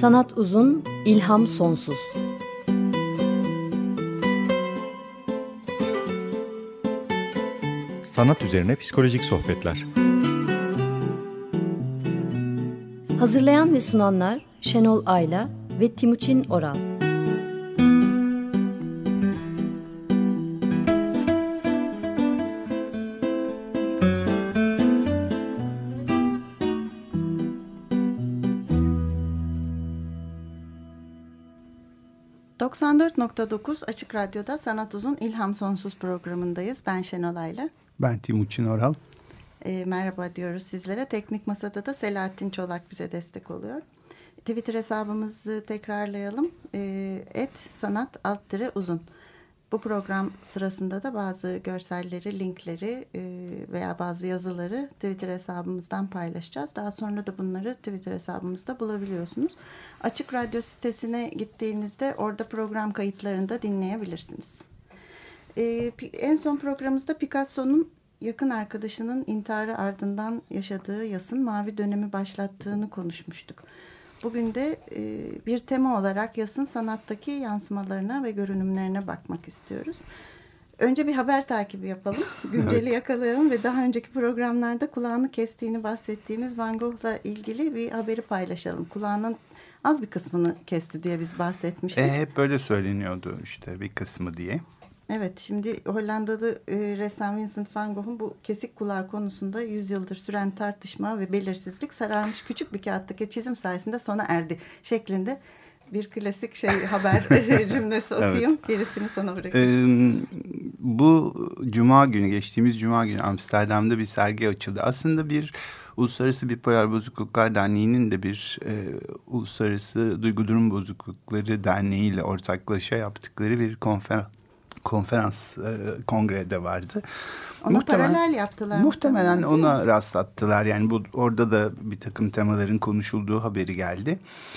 Sanat uzun, ilham sonsuz. Sanat üzerine psikolojik sohbetler. Hazırlayan ve sunanlar Şenol Ayla ve Timuçin Oral. ...94.9 Açık Radyo'da Sanat Uzun İlham Sonsuz programındayız. Ben Şenol Ayla. Ben Timuçin Oral. Merhaba diyoruz sizlere. Teknik Masada da Selahattin Çolak bize destek oluyor. Twitter hesabımızı tekrarlayalım. @sanat_uzun. Bu program sırasında da bazı görselleri, linkleri veya bazı yazıları Twitter hesabımızdan paylaşacağız. Daha sonra da bunları Twitter hesabımızda bulabiliyorsunuz. Açık Radyo sitesine gittiğinizde orada program kayıtlarını da dinleyebilirsiniz. En son programımızda Picasso'nun yakın arkadaşının intiharı ardından yaşadığı yasın mavi dönemi başlattığını konuşmuştuk. Bugün de bir tema olarak yasın sanattaki yansımalarına ve görünümlerine bakmak istiyoruz. Önce bir haber takibi yapalım. Günceli evet. Yakalayalım ve daha önceki programlarda kulağını kestiğini bahsettiğimiz Van Gogh'la ilgili bir haberi paylaşalım. Kulağının az bir kısmını kesti diye biz bahsetmiştik. Hep böyle söyleniyordu işte bir kısmı diye. Evet, şimdi Hollandalı ressam Vincent van Gogh'un bu kesik kulağı konusunda 100 yıldır süren tartışma ve belirsizlik sararmış küçük bir kağıttaki çizim sayesinde sona erdi şeklinde bir klasik haber cümlesi okuyayım. Evet. Gerisini sana bırakayım. Bu geçtiğimiz Cuma günü Amsterdam'da bir sergi açıldı. Aslında bir Uluslararası Bipolar Bozukluklar Derneği'nin de bir Uluslararası Duygu Durum Bozuklukları Derneği ile ortaklaşa yaptıkları bir konferans kongrede vardı. Ona paralel yaptılar. Muhtemelen ona rastlattılar. Yani orada da bir takım temaların konuşulduğu haberi geldi.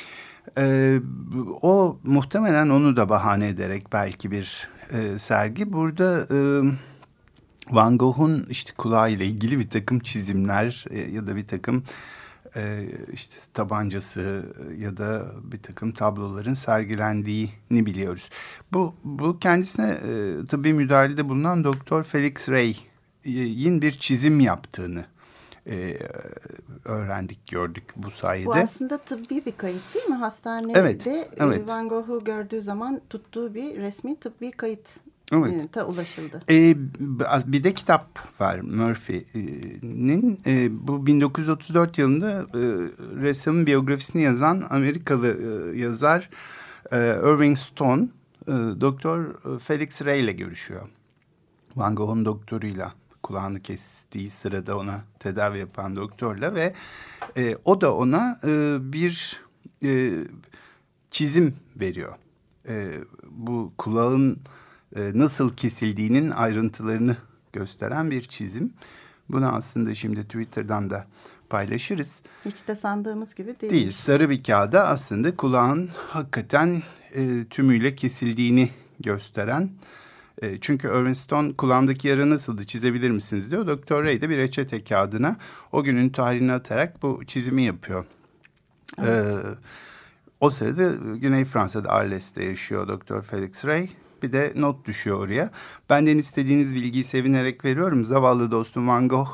O muhtemelen onu da bahane ederek belki bir sergi. Burada Van Gogh'un işte kulağıyla ilgili bir takım çizimler ya da bir takım işte tabancası ya da bir takım tabloların sergilendiğini biliyoruz. Bu kendisine tıbbi müdahalede bulunan Doktor Felix Rey'in bir çizim yaptığını öğrendik, gördük bu sayede. Bu aslında tıbbi bir kayıt değil mi? Hastanede evet. Van Gogh'u gördüğü zaman tuttuğu bir resmi tıbbi kayıt. Evet. Ulaşıldı. Bir de kitap var Murphy'nin. Bu 1934 yılında ressamın biyografisini yazan Amerikalı yazar Irving Stone, Doktor Felix Rey ile görüşüyor. Van Gogh'un doktoruyla, kulağını kestiği sırada ona tedavi yapan doktorla ve o da ona bir çizim veriyor. Bu kulağın nasıl kesildiğinin ayrıntılarını gösteren bir çizim. Bunu aslında şimdi Twitter'dan da paylaşırız. Hiç de sandığımız gibi değil. Değil. Sarı bir kağıda aslında kulağın hakikaten tümüyle kesildiğini gösteren. Çünkü Irving Stone kulağındaki yara nasıldı çizebilir misiniz diyor. Doktor Ray de bir reçete kağıdına o günün tarihini atarak bu çizimi yapıyor. Evet. O sırada Güney Fransa'da Arles'te yaşıyor Doktor Felix Rey. Bir de not düşüyor oraya. Benden istediğiniz bilgiyi sevinerek veriyorum. Zavallı dostum Van Gogh'un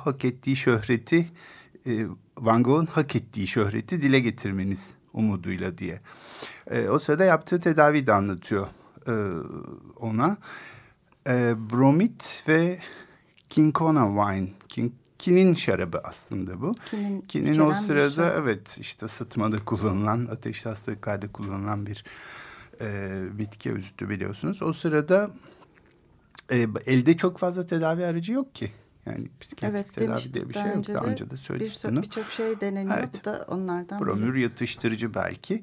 hak ettiği şöhreti dile getirmeniz umuduyla diye. O sırada yaptığı tedaviyi de anlatıyor ona. Bromit ve Kinkona wine. Kinin şarabı aslında bu. Kinin o sırada evet işte sıtmada kullanılan, ateşli hastalıklarda kullanılan bir bitki özütü biliyorsunuz. O sırada elde çok fazla tedavi aracı yok ki. Yani psikiyatrik tedavi diye bir şey yok. Daha önce de söyledik bunu. Birçok şey deneniyor. Evet. Bu da onlardan bromür yatıştırıcı belki.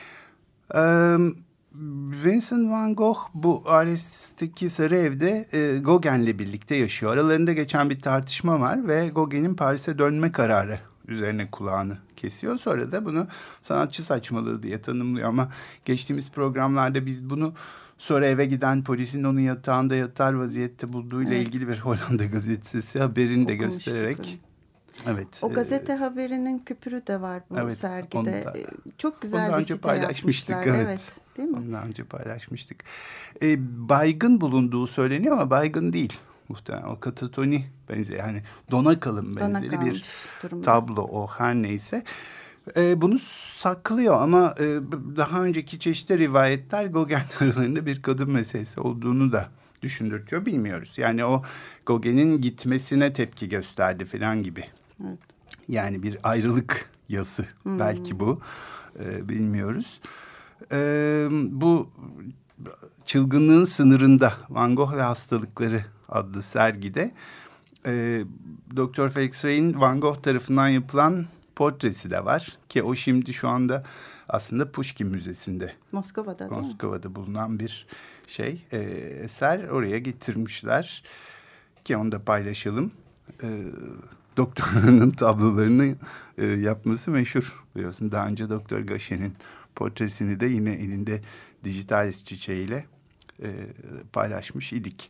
Vincent van Gogh bu Arles'teki sarı evde Gauguin'le birlikte yaşıyor. Aralarında geçen bir tartışma var ve Gauguin'in Paris'e dönme kararı üzerine kulağını kesiyor. Sonra da bunu sanatçı saçmalığı diye tanımlıyor ama geçtiğimiz programlarda biz bunu sonra eve giden polisin onu yatağında yatar vaziyette bulduğuyla ilgili bir Hollanda gazetesi haberini de göstererek Evet. O gazete haberinin küpürü de var bu sergide. Çok güzel bir site yapmışlar. Evet, değil mi? Ondan önce paylaşmıştık. Baygın bulunduğu söyleniyor ama baygın değil. Muhtemelen o katatoni benzeri, yani dona kalın benzeri bir durumda. Tablo o, her neyse. Bunu saklıyor ama daha önceki çeşitli rivayetler Gauguin aralarında bir kadın meselesi olduğunu da düşündürtüyor, bilmiyoruz. Yani o Gauguin'in gitmesine tepki gösterdi falan gibi. Evet. Yani bir ayrılık yası belki bu, bilmiyoruz. Bu Çılgınlığın Sınırında Van Gogh ve Hastalıkları adlı sergide Dr. Felix Rey'in Van Gogh tarafından yapılan portresi de var ki o şimdi şu anda aslında Pushkin Müzesi'nde, Moskova'da bulunan bir eser, oraya getirmişler ki onu da paylaşalım. Doktorların tablolarını yapması meşhur, biliyorsun. Daha önce Doktor Gachet'in portresini de yine elinde dijitalis çiçeğiyle paylaşmış idik.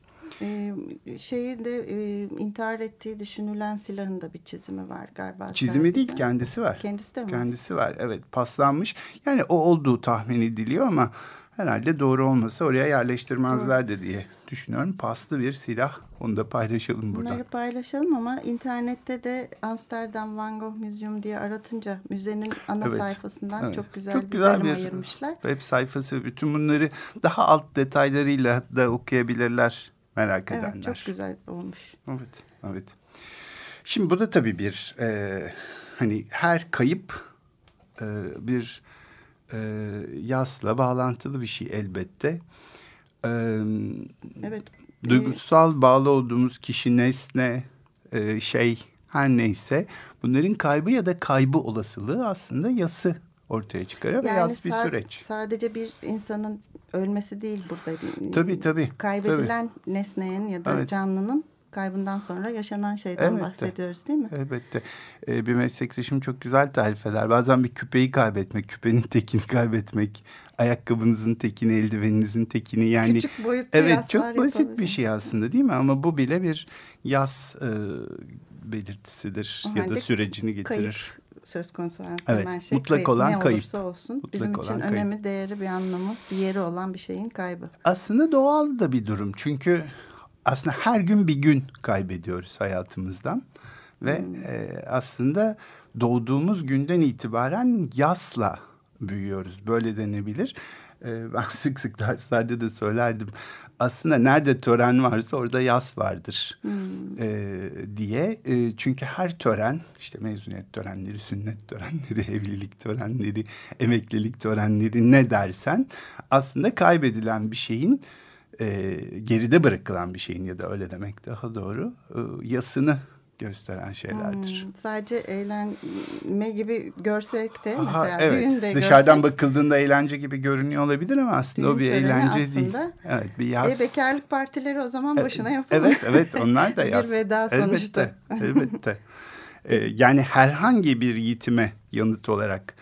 İntihar ettiği düşünülen silahın da bir çizimi var galiba. Çizimi değil, kendisi var. Kendisi de mi? Kendisi var, evet, paslanmış. Yani o olduğu tahmin ediliyor ama herhalde doğru olmasa oraya yerleştirmezlerdi diye düşünüyorum. Paslı bir silah, onu da paylaşalım burada. Bunları paylaşalım ama internette de Amsterdam Van Gogh Museum diye aratınca müzenin ana sayfasından çok güzel bir bölüm ayırmışlar. Web sayfası, bütün bunları daha alt detaylarıyla da okuyabilirler merak edenler. Evet, çok güzel olmuş. Evet. Şimdi bu da tabii bir hani her kayıp bir yasla bağlantılı bir şey elbette. Evet. Duygusal bağlı olduğumuz kişi, nesne, her neyse bunların kaybı ya da kaybı olasılığı aslında yası ortaya çıkarıyor ve yas bir süreç. Sadece bir insanın ölmesi değil burada. Tabii. Kaybedilen nesnenin ya da canlının kaybından sonra yaşanan şeyden bahsediyoruz, değil mi? Elbette. Bir meslektaşım çok güzel tarif eder. Bazen bir küpeyi kaybetmek, küpenin tekini kaybetmek, ayakkabınızın tekini, eldiveninizin tekini. Yani küçük boyutlu yaslar çok basit bir şey aslında, değil mi? Ama bu bile bir yas belirtisidir ya da sürecini getirir. Kayıp söz konusu olan mutlak olan ne kayıp. olursa olsun bizim için önemi, değeri, bir anlamı, bir yeri olan bir şeyin kaybı. Aslında doğal da bir durum. Çünkü aslında her gün bir gün kaybediyoruz hayatımızdan. Ve aslında doğduğumuz günden itibaren yasla büyüyoruz. Böyle denebilir. Ben sık sık derslerde de söylerdim. Aslında nerede tören varsa orada yas vardır diye. Çünkü her tören, işte mezuniyet törenleri, sünnet törenleri, evlilik törenleri, emeklilik törenleri, ne dersen aslında kaybedilen bir şeyin, geride bırakılan bir şeyin ya da öyle demek daha doğru, yasını gösteren şeylerdir. Sadece eğlenme gibi görsek de mesela düğünde dışarıdan bakıldığında eğlence gibi görünüyor olabilir ama aslında o bir eğlence değil. Evet, bir yas. Bekarlık partileri o zaman boşuna yapılır. Evet, onlar da yas. Bir veda sonuçta. Elbette. Yani herhangi bir yitime yanıt olarak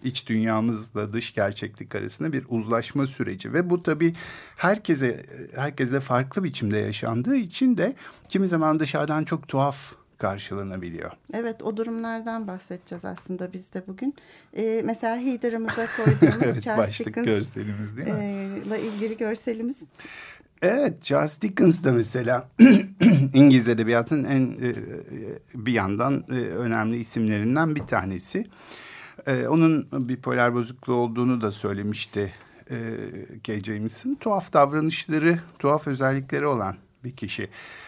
iç dünyamızla dış gerçeklik arasında bir uzlaşma süreci ve bu tabii herkese farklı biçimde yaşandığı için de kimi zaman dışarıdan çok tuhaf karşılanabiliyor. Evet, o durumlardan bahsedeceğiz aslında biz de bugün. Mesela Heather'ımıza koyduğumuz Charles Dickens görselimiz değil mi? ile ilgili görselimiz. Evet, Charles Dickens de mesela İngiliz edebiyatının bir yandan önemli isimlerinden bir tanesi. Onun bipolar bozukluğu olduğunu da söylemişti K. Jameson. Tuhaf davranışları, tuhaf özellikleri olan bir kişi.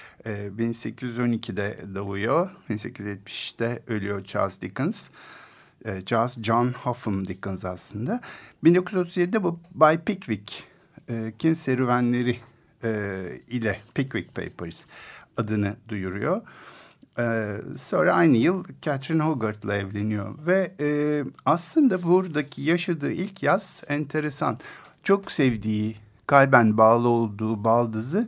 1812'de doğuyor, 1870'te ölüyor Charles Dickens. Charles John Hotham Dickens aslında. 1937'de bu Bay Pickwick'in serüvenleri ile Pickwick Papers adını duyuruyor. Sonra aynı yıl Catherine Hogarth'la evleniyor ve aslında buradaki yaşadığı ilk yaz enteresan. Çok sevdiği, kalben bağlı olduğu baldızı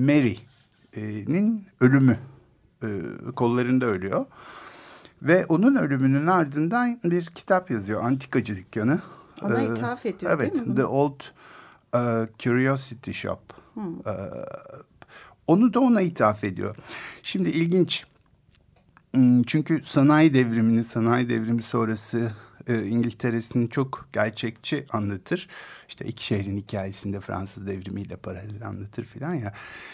Mary'nin ölümü, kollarında ölüyor. Ve onun ölümünün ardından bir kitap yazıyor, Antikacı Dükkanı. Ona ithaf ediyor, değil mi? Evet, The Old Curiosity Shop. Onu da ona ithaf ediyor. Şimdi ilginç. Çünkü sanayi devrimi sonrası İngiltere'sini çok gerçekçi anlatır. İşte iki şehrin hikayesinde Fransız devrimiyle paralel anlatır filan ya.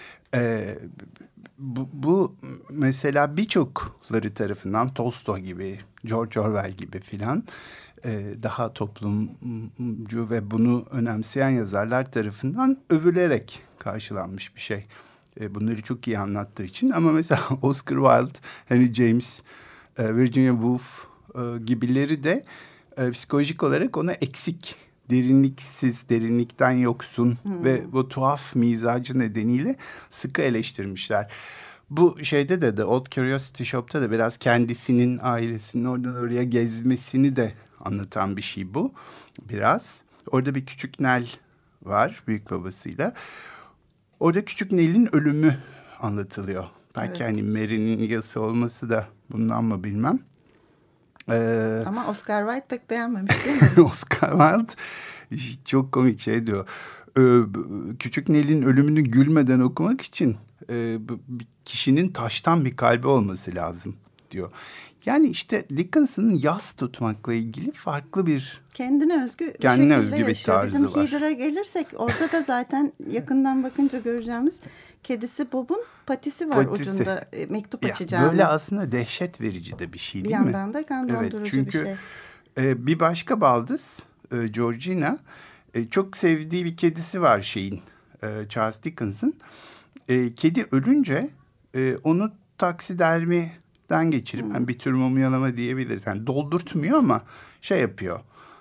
Bu mesela birçokları tarafından Tolstoy gibi, George Orwell gibi filan daha toplumcu ve bunu önemseyen yazarlar tarafından övülerek karşılanmış bir şey. Bunları çok iyi anlattığı için. Ama mesela Oscar Wilde, Henry James, Virginia Woolf gibileri de psikolojik olarak ona eksik, derinliksiz, derinlikten yoksun ve bu tuhaf mizacı nedeniyle sıkı eleştirmişler. Bu şeyde de The Old Curiosity Shop'ta da biraz kendisinin, ailesinin oradan oraya gezmesini de anlatan bir şey bu. Biraz. Orada bir küçük Nell var büyük babasıyla. Orada küçük Nell'in ölümü anlatılıyor. Belki hani Mary'nin yası olması da bundan mı bilmem. Ama Oscar Wilde pek beğenmemiş değil mi? Oscar Wilde çok komik şey diyor. Küçük Nell'in ölümünü gülmeden okumak için bir kişinin taştan bir kalbi olması lazım diyor. Yani işte Dickens'ın yas tutmakla ilgili farklı bir Kendine özgü bir tarzı Bizim var. Heather'a gelirsek orada da zaten yakından bakınca göreceğimiz kedisi Bob'un patisi var ucunda mektup açacağını. Böyle aslında dehşet verici de bir şey değil bir mi? Bir yandan da kan dondurucu çünkü, bir şey. Bir başka baldız Georgina çok sevdiği bir kedisi var Charles Dickens'ın. Kedi ölünce onu taksidermiden geçirip yani bir tür mumyalama diyebiliriz. Yani doldurtmuyor ama şey yapıyor.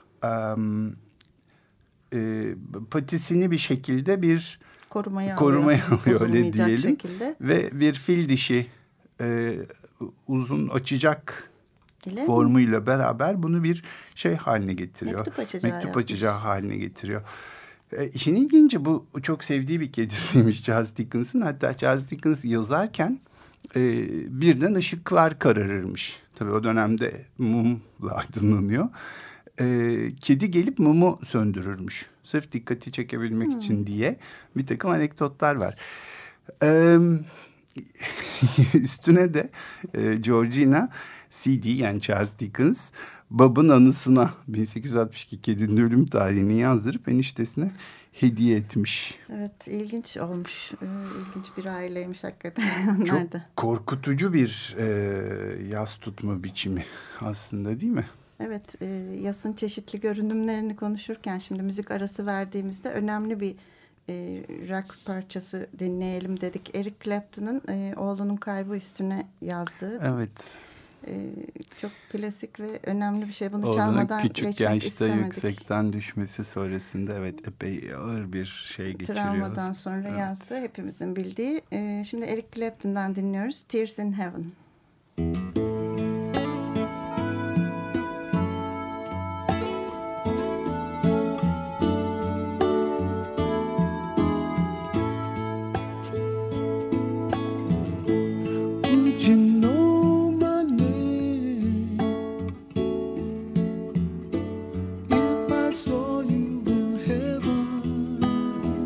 Patisini bir şekilde bir korumaya alıyor öyle diyelim. Şekilde. Ve bir fil dişi uzun açacak formuyla beraber bunu bir şey haline getiriyor. Mektup açacağı haline getiriyor. İşin ilginci bu çok sevdiği bir kedisiymiş Charles Dickens'ın. Hatta Charles Dickens yazarken birden ışıklar kararırmış. Tabii o dönemde mumla aydınlanıyor. Kedi gelip mumu söndürürmüş. Sırf dikkati çekebilmek için diye bir takım anekdotlar var. Üstüne de Georgina C.D. yani Charles Dickens Bob'un anısına 1862 kedinin ölüm tarihini yazdırıp eniştesine hediye etmiş. Evet, ilginç olmuş. İlginç bir aileymiş hakikaten. Çok korkutucu bir yas tutma biçimi aslında değil mi? Evet, yasın çeşitli görünümlerini konuşurken şimdi müzik arası verdiğimizde önemli bir rock parçası dinleyelim dedik. Eric Clapton'ın oğlunun kaybı üstüne yazdığı. Evet. Çok klasik ve önemli bir şey. Bunu oğlunun çalmadan küçük geçmek yaşta istemedik. yüksekten düşmesi sonrasında epey ağır bir şey geçiriyor. Travmadan sonra yazdığı hepimizin bildiği. Şimdi Eric Clapton'dan dinliyoruz. Tears in Heaven.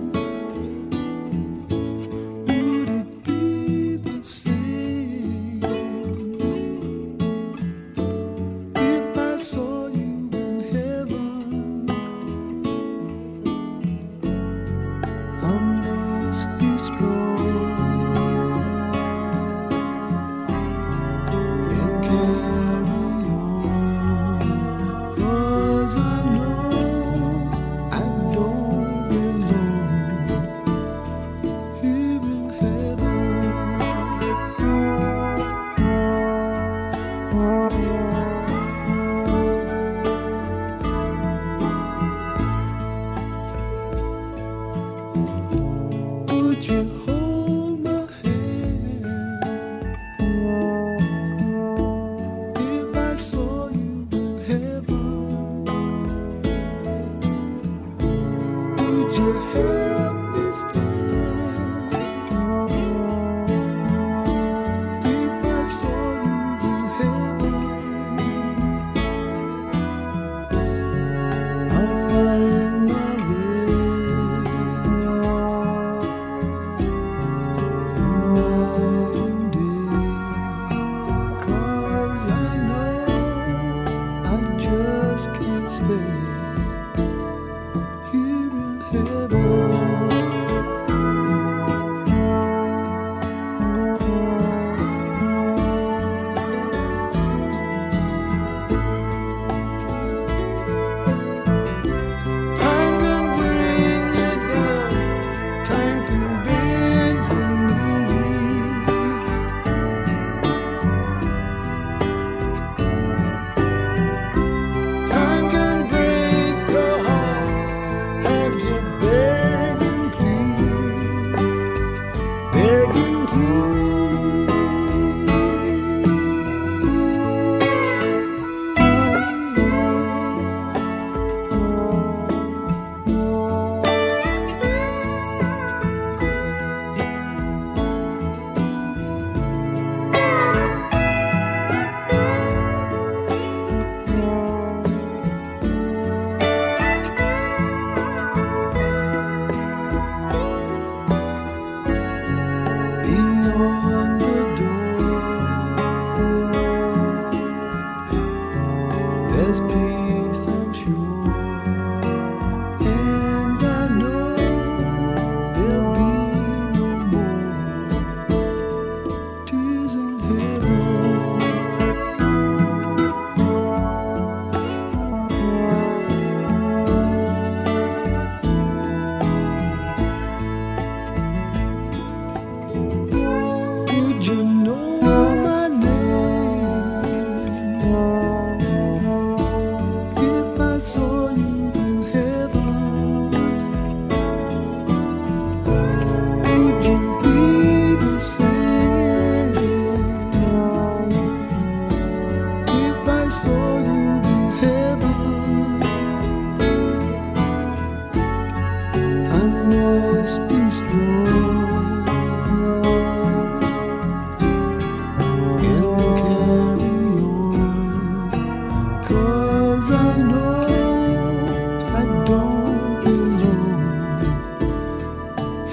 Would it be the same?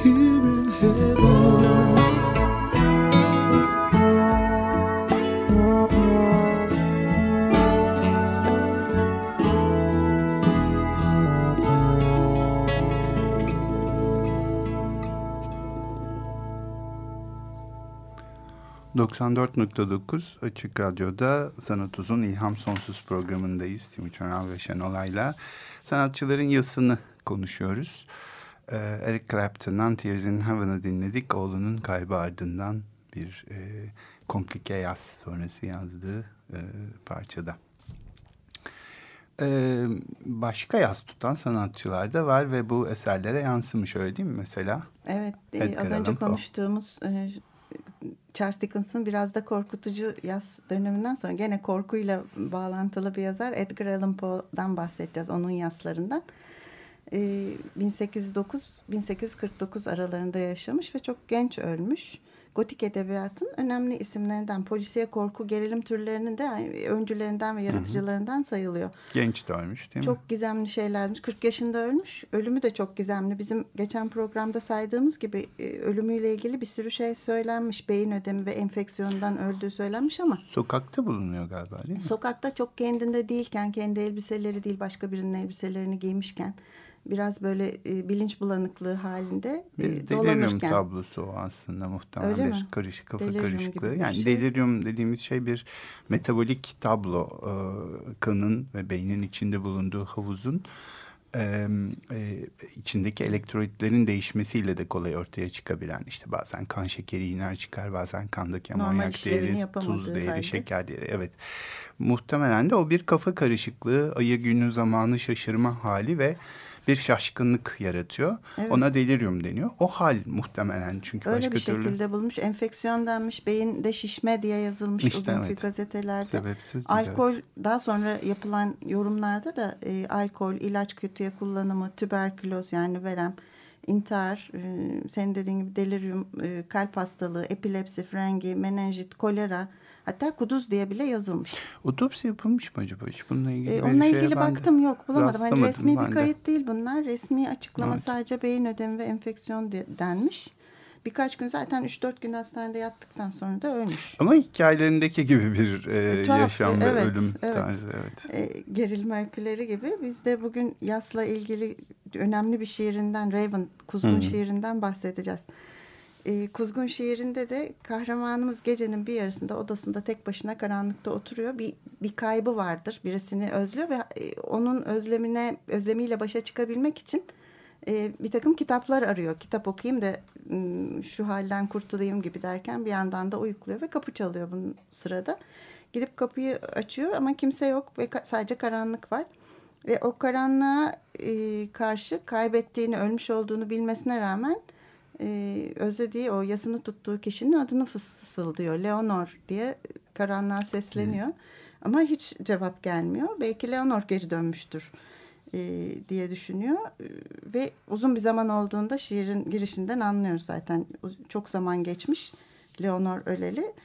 here in heaven. ...94.9 Açık Radyo'da Sanat Uzun İlham Sonsuz programındayız. Timuçin Oral ve Şenol Ayla. Sanatçıların yasını konuşuyoruz. Eric Clapton'dan Tears in Heaven'ı dinledik. Oğlunun kaybı ardından bir komplike yaz sonrası yazdığı parçada. Başka yaz tutan sanatçılar da var ve bu eserlere yansımış, öyle değil mi mesela? Evet, az önce konuştuğumuz Charles Dickens'ın biraz da korkutucu yaz döneminden sonra gene korkuyla bağlantılı bir yazar Edgar Allan Poe'dan bahsedeceğiz, onun yazlarından. 1809-1849 aralarında yaşamış ve çok genç ölmüş. Gotik edebiyatın önemli isimlerinden, polisiye korku, gerilim türlerinin de öncülerinden ve yaratıcılarından sayılıyor. Genç de ölmüş değil mi? Çok gizemli şeylermiş. 40 yaşında ölmüş. Ölümü de çok gizemli. Bizim geçen programda saydığımız gibi ölümüyle ilgili bir sürü şey söylenmiş. Beyin ödemi ve enfeksiyondan öldüğü söylenmiş ama... Sokakta bulunuyor galiba, değil mi? Sokakta çok kendinde değilken, kendi elbiseleri değil başka birinin elbiselerini giymişken... Biraz böyle bilinç bulanıklığı halinde bir dolanırken. delirium tablosu o aslında, muhtemelen öyle bir mi? karışık kafa Delirium karışıklığı. Yani şey. delirium dediğimiz şey bir metabolik tablo, kanın ve beynin içinde bulunduğu havuzun içindeki elektrolitlerin değişmesiyle de kolay ortaya çıkabilen, işte bazen kan şekeri iner çıkar, bazen kandaki amonyak değeri, tuz değeri, halde. Şeker değeri. Evet. Muhtemelen de o bir kafa karışıklığı, ayı günü zamanı şaşırma hali ve bir şaşkınlık yaratıyor. Evet. Ona delirium deniyor. O hal muhtemelen, çünkü öyle başka bir şekilde türlü... bulmuş. Enfeksiyon denmiş, beyinde şişme diye yazılmış işte, o günkü gazetelerde. Sebepsiz. Alkol, daha sonra yapılan yorumlarda da alkol, ilaç kötüye kullanımı, tüberküloz yani verem, intihar, senin dediğin gibi delirium, kalp hastalığı, epilepsi, frengi, menenjit, kolera, hatta kuduz diye bile yazılmış. Otopsi yapılmış mı acaba? Hiç bununla ilgili onunla ilgili baktım, yok bulamadım. Hani resmi bir kayıt değil bunlar. Resmi açıklama sadece beyin ödemi ve enfeksiyon denmiş. Birkaç gün, zaten 3-4 gün hastanede yattıktan sonra da ölmüş. Ama hikayelerindeki gibi bir yaşam ve ölüm evet. tarzı. Evet. Gerilme öyküleri gibi. Biz de bugün yasla ilgili önemli bir şiirinden, Raven, Kuzgun şiirinden bahsedeceğiz. Kuzgun şiirinde de kahramanımız gecenin bir yarısında odasında tek başına karanlıkta oturuyor. Bir kaybı vardır. Birisini özlüyor ve onun özlemiyle başa çıkabilmek için bir takım kitaplar arıyor. Kitap okuyayım da şu halden kurtulayım gibi derken bir yandan da uyukluyor ve kapı çalıyor bunun sırada. Gidip kapıyı açıyor ama kimse yok ve sadece karanlık var. Ve o karanlığa karşı kaybettiğini, ölmüş olduğunu bilmesine rağmen özlediği, o yasını tuttuğu kişinin adını fısıldıyor. Leonor diye karanlığa sesleniyor. Ama hiç cevap gelmiyor. Belki Leonor geri dönmüştür diye düşünüyor. Ve uzun bir zaman olduğunda şiirin girişinden anlıyoruz zaten. Çok zaman geçmiş Leonor öleli.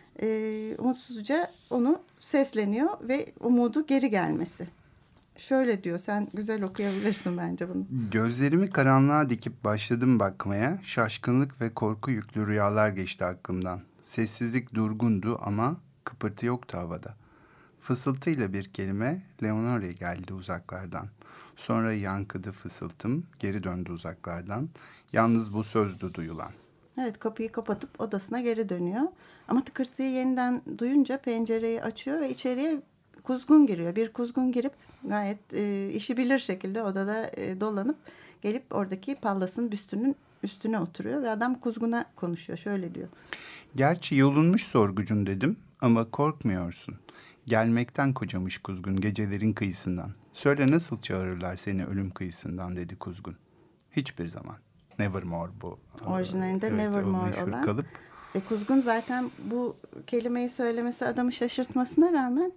Umutsuzca onu sesleniyor ve umudu geri gelmesi. Şöyle diyor, sen güzel okuyabilirsin bence bunu. Gözlerimi karanlığa dikip başladım bakmaya. Şaşkınlık ve korku yüklü rüyalar geçti aklımdan. Sessizlik durgundu ama kıpırtı yoktu havada. Fısıltıyla bir kelime Leonore geldi uzaklardan. Sonra yankıdı fısıltım, geri döndü uzaklardan. Yalnız bu sözdü duyulan. Evet, kapıyı kapatıp odasına geri dönüyor. Ama tıkırtıyı yeniden duyunca pencereyi açıyor ve içeriye kuzgun giriyor. Bir kuzgun girip gayet işi bilir şekilde odada dolanıp gelip oradaki pallasın büstünün üstüne oturuyor ve adam kuzguna konuşuyor. Şöyle diyor. Gerçi yolunmuş sorgucun dedim ama korkmuyorsun. Gelmekten kocamış kuzgun gecelerin kıyısından. Söyle nasıl çağırırlar seni ölüm kıyısından dedi kuzgun. Hiçbir zaman. Nevermore bu. Orijinalinde evet, Nevermore olan. Kalıp. Ve kuzgun zaten bu kelimeyi söylemesi adamı şaşırtmasına rağmen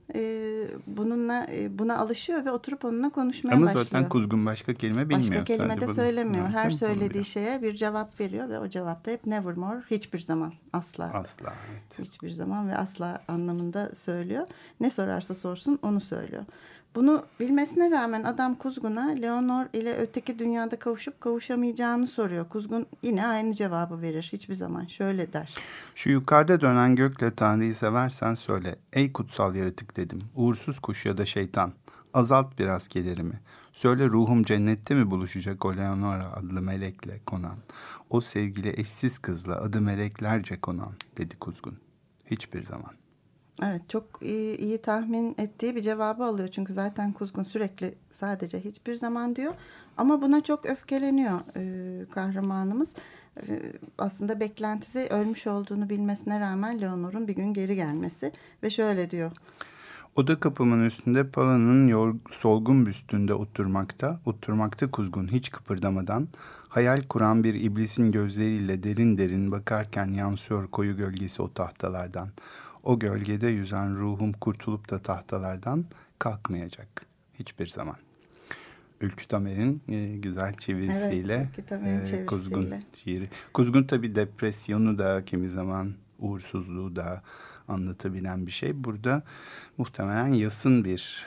buna alışıyor ve oturup onunla konuşmaya başlıyor. Ama zaten kuzgun başka kelime bilmiyor. Başka kelime de söylemiyor. Her söylediği şeye bir cevap veriyor ve o cevap da hep nevermore, hiçbir zaman, asla. Asla, evet. Hiçbir zaman ve asla anlamında söylüyor. Ne sorarsa sorsun onu söylüyor. Bunu bilmesine rağmen adam Kuzgun'a Leonor ile öteki dünyada kavuşup kavuşamayacağını soruyor. Kuzgun yine aynı cevabı verir hiçbir zaman. Şöyle der. Şu yukarıda dönen gökle Tanrı'yı seversen söyle. Ey kutsal yaratık dedim. Uğursuz kuş ya da şeytan. Azalt biraz kederimi. Söyle ruhum cennette mi buluşacak o Leonora adlı melekle konan. O sevgili eşsiz kızla adı meleklerce konan dedi Kuzgun. Hiçbir zaman. Evet, çok iyi tahmin ettiği bir cevabı alıyor. Çünkü zaten Kuzgun sürekli sadece hiçbir zaman diyor. Ama buna çok öfkeleniyor kahramanımız. Aslında beklentisi ölmüş olduğunu bilmesine rağmen Leonor'un bir gün geri gelmesi. Ve şöyle diyor. Oda kapımın üstünde Pala'nın solgun büstünde oturmakta Kuzgun hiç kıpırdamadan, hayal kuran bir iblisin gözleriyle derin derin bakarken yansıyor koyu gölgesi o tahtalardan. O gölgede yüzen ruhum kurtulup da tahtalardan kalkmayacak hiçbir zaman. Ülkü Tamer'in güzel çevirisiyle, Kuzgun şiiri. Kuzgun tabii depresyonu da kimi zaman uğursuzluğu da anlatabilen bir şey. Burada muhtemelen yasın bir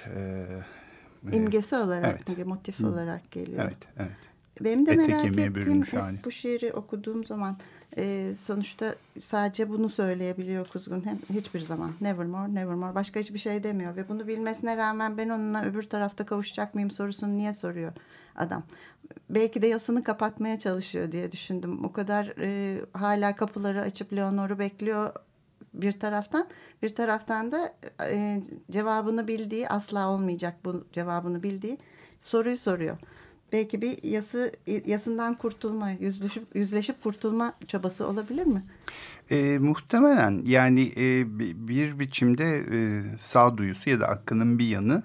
imgesi olarak, motif olarak geliyor. Evet, evet. Benim de merak ettiğim hep bu şiiri okuduğum zaman sonuçta sadece bunu söyleyebiliyor Kuzgun. Hiçbir zaman nevermore, nevermore, başka hiçbir şey demiyor. Ve bunu bilmesine rağmen ben onunla öbür tarafta kavuşacak mıyım sorusunu niye soruyor adam? Belki de yasını kapatmaya çalışıyor diye düşündüm. O kadar hala kapıları açıp Leonor'u bekliyor bir taraftan. Bir taraftan da cevabını bildiği, asla olmayacak bu cevabını bildiği soruyu soruyor. Belki bir yasından kurtulma, yüzleşip kurtulma çabası olabilir mi? Muhtemelen yani bir biçimde sağduyusu ya da aklının bir yanı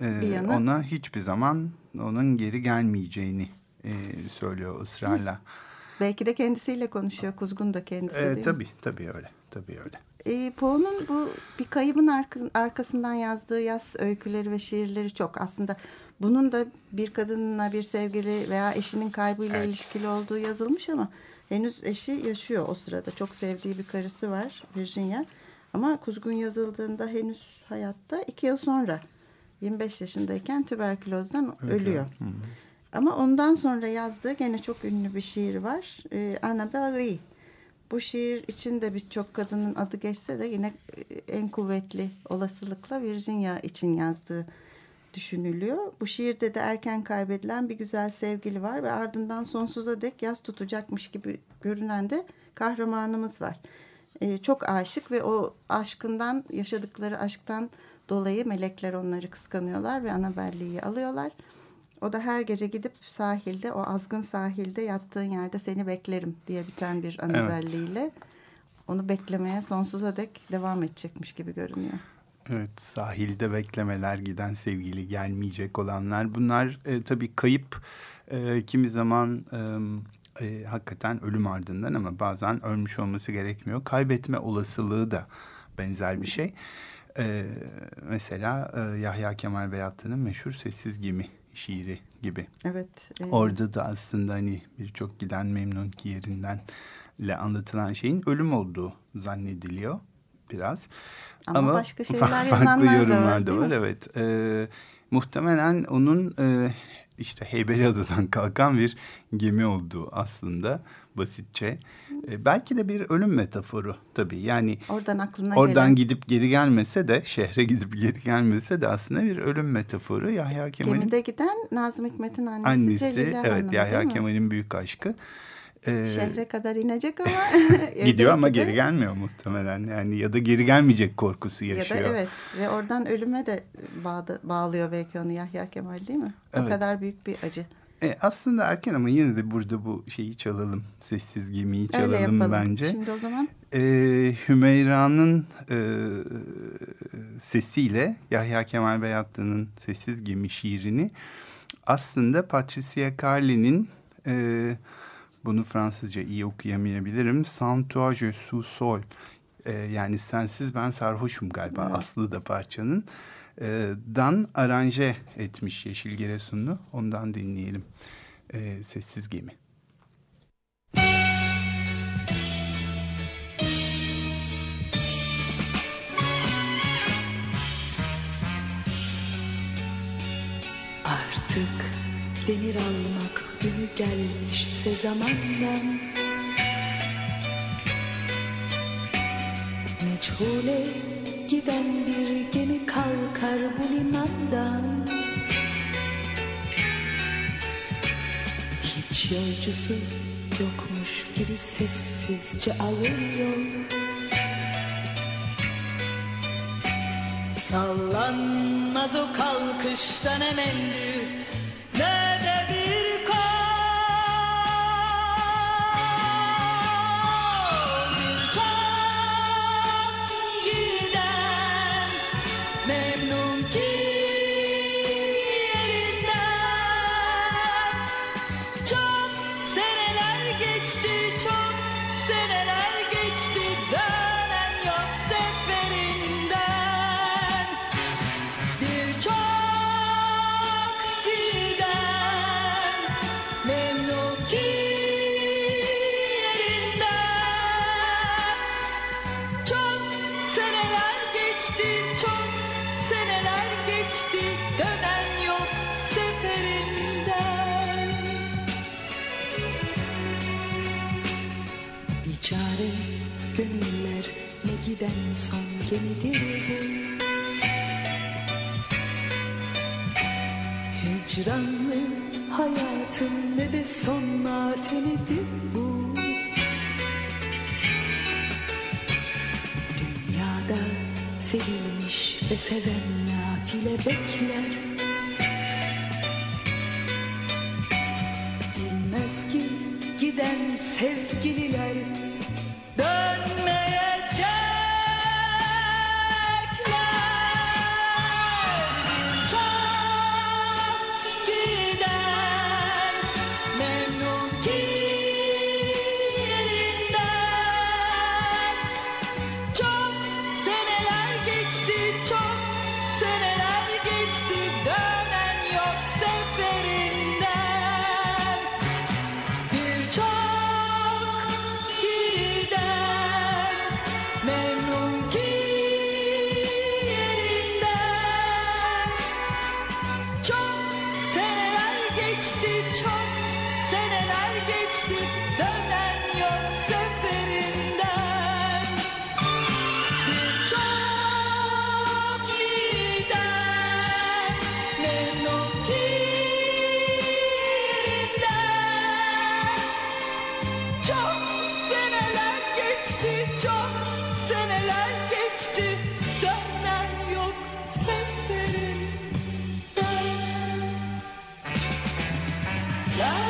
ona hiçbir zaman onun geri gelmeyeceğini söylüyor ısrarla. Belki de kendisiyle konuşuyor. Kuzgun da kendisi değil mi? Tabii öyle. Tabii öyle. Poe'nun bu bir kaybın arkasından yazdığı yaz öyküleri ve şiirleri çok. Aslında bunun da bir kadınla bir sevgili veya eşinin kaybıyla ilişkili olduğu yazılmış ama henüz eşi yaşıyor o sırada. Çok sevdiği bir karısı var, Virginia. Ama Kuzgun yazıldığında henüz hayatta 2 yıl sonra 25 yaşındayken tüberkülozdan ölüyor. Ama ondan sonra yazdığı gene çok ünlü bir şiir var. Annabel Lee. Bu şiir içinde birçok kadının adı geçse de yine en kuvvetli olasılıkla Virginia için yazdığı düşünülüyor. Bu şiirde de erken kaybedilen bir güzel sevgili var ve ardından sonsuza dek yas tutacakmış gibi görünen de kahramanımız var. Çok aşık ve o aşkından, yaşadıkları aşktan dolayı melekler onları kıskanıyorlar ve Annabelle'yi alıyorlar. O da her gece gidip sahilde, o azgın sahilde yattığın yerde seni beklerim diye biten bir Annabelle'yle onu beklemeye sonsuza dek devam edecekmiş gibi görünüyor. Evet, sahilde beklemeler, giden sevgili, gelmeyecek olanlar. Bunlar tabii kayıp, kimi zaman hakikaten ölüm ardından ama bazen ölmüş olması gerekmiyor. Kaybetme olasılığı da benzer bir şey. Mesela Yahya Kemal Beyatlı'nın meşhur Sessiz Gemi şiiri gibi. Evet. Orada da aslında hani birçok giden memnun ki yerindenle anlatılan şeyin ölüm olduğu zannediliyor biraz. Ama başka şeyler farklı yazanlar yorumlar da var. Evet. Muhtemelen onun işte Heybeliada'dan kalkan bir gemi olduğu aslında basitçe. Belki de bir ölüm metaforu tabii. Yani oradan gidip geri gelmese de, şehre gidip geri gelmese de aslında bir ölüm metaforu. Yahya Kemal'in gemide giden Nazım Hikmet'in annesi Celile Hanım, evet, Yahya Kemal'in büyük aşkı. Şehre kadar inecek ama gidiyor ama geri gelmiyor muhtemelen. Yani ya da geri gelmeyecek korkusu yaşıyor. Ya da evet, ve oradan ölüme de bağlıyor belki onu Yahya Kemal, değil mi? Evet. O kadar büyük bir acı. Aslında erken ama yine de burada bu şeyi çalalım. Sessiz Gemi'yi çalalım. Öyle yapalım bence. Şimdi o zaman. Hümeyra'nın sesiyle Yahya Kemal Beyatlı'nın Sessiz Gemi şiirini aslında Patricia Carly'nin bunu Fransızca iyi okuyamayabilirim. Sans toi je suis seul. Yani sensiz ben sarhoşum galiba, evet. Aslı da parçanın. Dan aranje etmiş Yeşil Giresunlu. Ondan dinleyelim. Sessiz Gemi. demir almak günü gelmişse zamandan, meçhule giden bir gemi kalkar bu limandan. Hiç yolcusu yokmuş gibi sessizce alır yol. Sallanmaz o kalkışta ne mendil ne de bir kol. Bir çok giden memnun ki yerinden. Çok seneler geçti, çok seneler geçti, dönen yok seferinden. Bir çok giden memnun ki yerinden. Çok seneler geçti, çok seneler geçti, dönen yok seferinden. Biçare gönüller, ne giden son gemidir bu. Hicranlı hayatın ne de son matemidir bu. Dünyada sevilmiş ve seven nafile bekler. Bilmez ki giden sevgililer dönmeyecekler. Bir çok giden memnun ki yerinden. Çok seneler geçti, çok seneler geçti, dönen yok seferinden. Bir çok giden memnun ki yerinden. Çok seneler geçti, çok seneler geçti, dönen yok seferinden. Bir çok giden memnun ki yerinden. Çok seneler geçti, çok seneler geçti, dönen yok seferinden. La la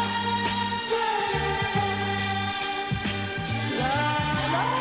la la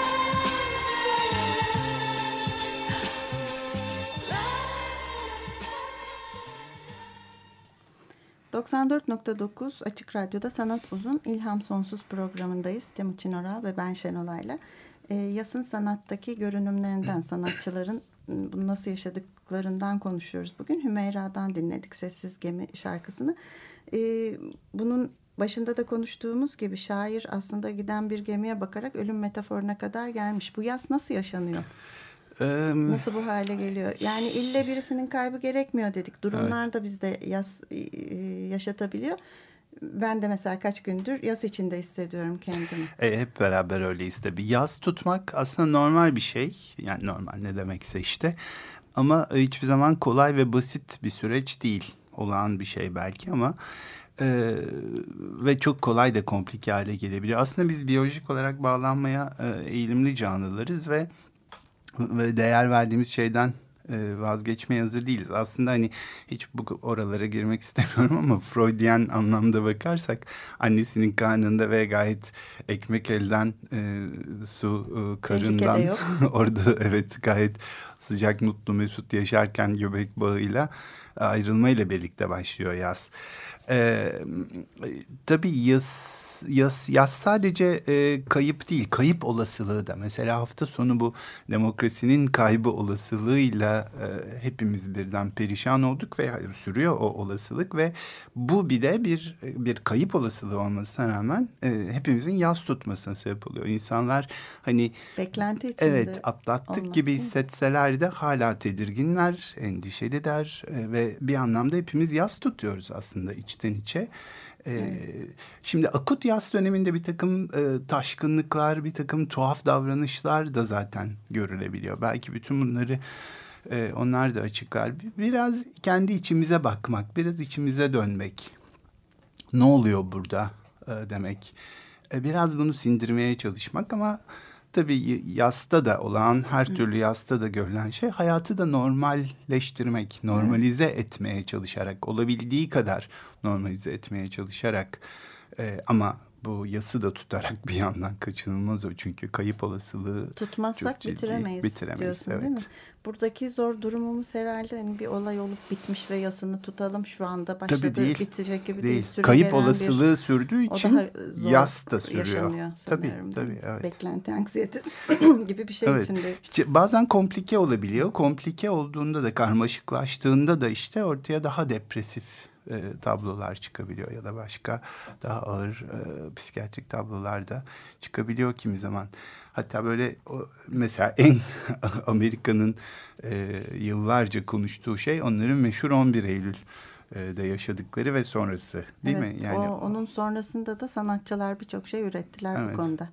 la. 94.9 Açık Radyo'da Sanat Uzun İlham Sonsuz programındayız. Timuçin Oral ve ben Şenol Ayla. Yas'ın sanattaki görünümlerinden, sanatçıların bunu nasıl yaşadıklarından konuşuyoruz bugün. Hümeyra'dan dinledik Sessiz Gemi şarkısını. Bunun başında da konuştuğumuz gibi şair aslında giden bir gemiye bakarak ölüm metaforuna kadar gelmiş. Bu yas nasıl yaşanıyor? Nasıl bu hale geliyor? Yani ille birisinin kaybı gerekmiyor dedik. Durumlar da bizde yas yaşatabiliyor. Ben de mesela kaç gündür yas içinde hissediyorum kendimi. Hep beraber öyleyiz tabii. Yas tutmak aslında normal bir şey. Yani normal ne demekse işte. Ama hiçbir zaman kolay ve basit bir süreç değil. Olağan bir şey belki ama ve çok kolay da komplike hale gelebiliyor. Aslında biz biyolojik olarak bağlanmaya eğilimli canlılarız ve değer verdiğimiz şeyden vazgeçmeye hazır değiliz. Aslında hani hiç bu oralara girmek istemiyorum ama Freudian anlamda bakarsak annesinin karnında ve gayet ekmek elden su karından orada evet gayet sıcak mutlu mesut yaşarken göbek bağıyla ayrılmayla birlikte başlıyor yaz. Tabii yaz yaz sadece kayıp değil, kayıp olasılığı da. Mesela hafta sonu bu demokrasinin kaybı olasılığıyla hepimiz birden perişan olduk ve sürüyor o olasılık ve bu bile bir kayıp olasılığı olmasına rağmen hepimizin yas tutmasına sebep oluyor. İnsanlar hani beklenti içinde, evet, atlattık gibi hissetseler de hala tedirginler, endişeliler ve bir anlamda hepimiz yas tutuyoruz aslında içten içe. Şimdi akut yas döneminde bir takım taşkınlıklar, bir takım tuhaf davranışlar da zaten görülebiliyor. Belki bütün bunları onlar da açıklar. Biraz kendi içimize bakmak, biraz içimize dönmek. Ne oluyor burada demek. Biraz bunu sindirmeye çalışmak ama tabii yasta da olan, her türlü yasta da görülen şey hayatı da normalleştirmek, normalize etmeye çalışarak, olabildiği kadar normalize etmeye çalışarak ama bu yası da tutarak bir yandan kaçınılmaz o. Çünkü kayıp olasılığı tutmazsak çok ciddi. bitiremeyiz diyorsun, evet. değil mi? Buradaki zor durumumuz herhalde hani bir olay olup bitmiş ve yasını tutalım şu anda başladı, Tabii değil. bitecek gibi değil. Kayıp olasılığı sürdüğü için yas da sürüyor. Tabii, evet. Beklenti anksiyetesi gibi bir şey evet. içinde. İşte bazen komplike olabiliyor. Komplike olduğunda da, karmaşıklaştığında da işte ortaya daha depresif tablolar çıkabiliyor ya da başka daha ağır psikiyatrik tablolar da çıkabiliyor kimi zaman. Hatta böyle mesela en Amerika'nın yıllarca konuştuğu şey onların meşhur 11 Eylül'de yaşadıkları ve sonrası, değil mi? Yani onun sonrasında da sanatçılar birçok şey ürettiler bu konuda.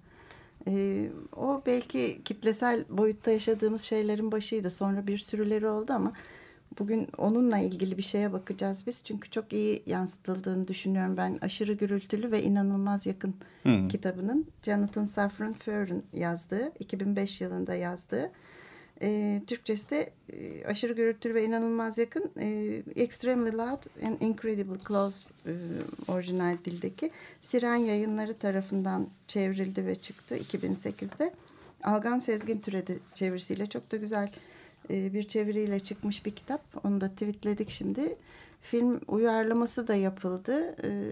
O belki kitlesel boyutta yaşadığımız şeylerin başıydı. Sonra bir sürüleri oldu ama bugün onunla ilgili bir şeye bakacağız biz. Çünkü çok iyi yansıtıldığını düşünüyorum ben. Aşırı Gürültülü ve İnanılmaz Yakın kitabının Jonathan Safran Foer'ün yazdığı, 2005 yılında yazdığı. Türkçesi de Aşırı Gürültülü ve İnanılmaz Yakın, Extremely Loud and Incredibly Close orijinal dildeki Siren Yayınları tarafından çevrildi ve çıktı 2008'de. Algan Sezgin Türedi çevirisiyle çok da güzel bir çeviriyle çıkmış bir kitap. Onu da tweetledik şimdi. Film uyarlaması da yapıldı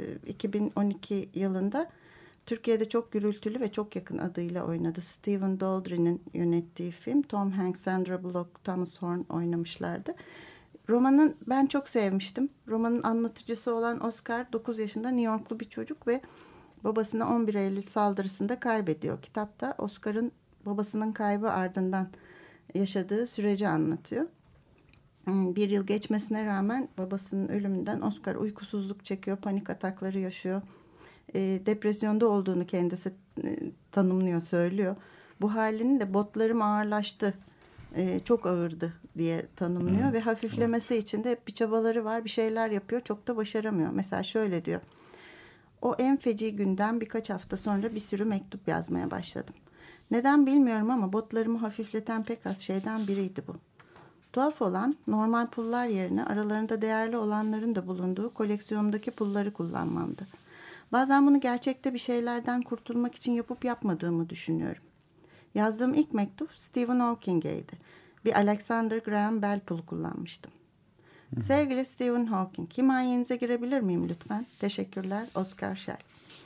2012 yılında. Türkiye'de Çok Gürültülü ve Çok Yakın adıyla oynadı. Stephen Daldry'nin yönettiği film. Tom Hanks, Sandra Bullock, Thomas Horn oynamışlardı. Romanın ben çok sevmiştim. Romanın anlatıcısı olan Oscar 9 yaşında New Yorklu bir çocuk ve babasını 11 Eylül saldırısında kaybediyor. Kitapta Oscar'ın babasının kaybı ardından yaşadığı süreci anlatıyor. Bir yıl geçmesine rağmen babasının ölümünden Oscar uykusuzluk çekiyor, panik atakları yaşıyor. Depresyonda olduğunu kendisi tanımlıyor, söylüyor. Bu halinin de botlarım ağırlaştı, çok ağırdı diye tanımlıyor ve hafiflemesi için de hep bir çabaları var, bir şeyler yapıyor, çok da başaramıyor. Mesela şöyle diyor: o en feci günden birkaç hafta sonra bir sürü mektup yazmaya başladım. Neden bilmiyorum ama botlarımı hafifleten pek az şeyden biriydi bu. Tuhaf olan, normal pullar yerine aralarında değerli olanların da bulunduğu koleksiyonumdaki pulları kullanmamdı. Bazen bunu gerçekte bir şeylerden kurtulmak için yapıp yapmadığımı düşünüyorum. Yazdığım ilk mektup Stephen Hawking'eydi. Bir Alexander Graham Bell pulu kullanmıştım. Sevgili Stephen Hawking, himayenize girebilir miyim lütfen? Teşekkürler, Oscar Schell.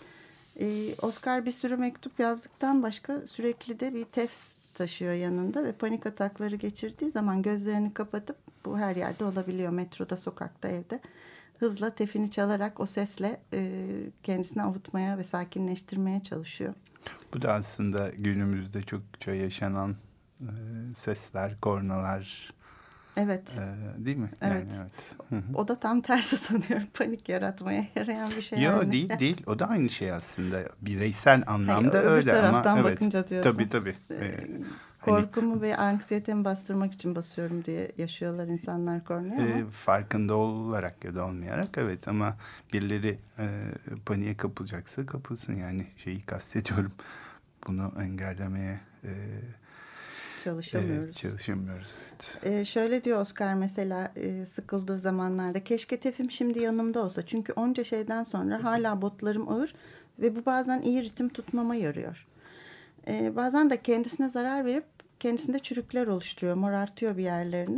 Oscar bir sürü mektup yazdıktan başka sürekli de bir tef taşıyor yanında ve panik atakları geçirdiği zaman gözlerini kapatıp, bu her yerde olabiliyor, metroda, sokakta, evde, hızla tefini çalarak o sesle kendisini avutmaya ve sakinleştirmeye çalışıyor. Bu da aslında günümüzde çokça yaşanan sesler, kornalar. Evet. Değil mi? Evet. Yani, evet. O da tam tersi sanıyorum. Panik yaratmaya yarayan bir şey. Yok, değil. O da aynı şey aslında. Bireysel anlamda öbür öyle ama. taraftan evet. bakınca diyorsun. Tabii. Korkumu ve anksiyetemi bastırmak için basıyorum diye yaşıyorlar insanlar kornaya ama. Farkında olarak ya da olmayarak, evet, ama birileri paniğe kapılacaksa kapılsın, yani şeyi kastediyorum. Bunu engellemeye Çalışamıyoruz, evet. Şöyle diyor Oscar mesela sıkıldığı zamanlarda: keşke tefim şimdi yanımda olsa. Çünkü onca şeyden sonra hala botlarım ağır ve bu bazen iyi ritim tutmama yarıyor. Bazen de kendisine zarar verip kendisinde çürükler oluşturuyor, morartıyor bir yerlerini.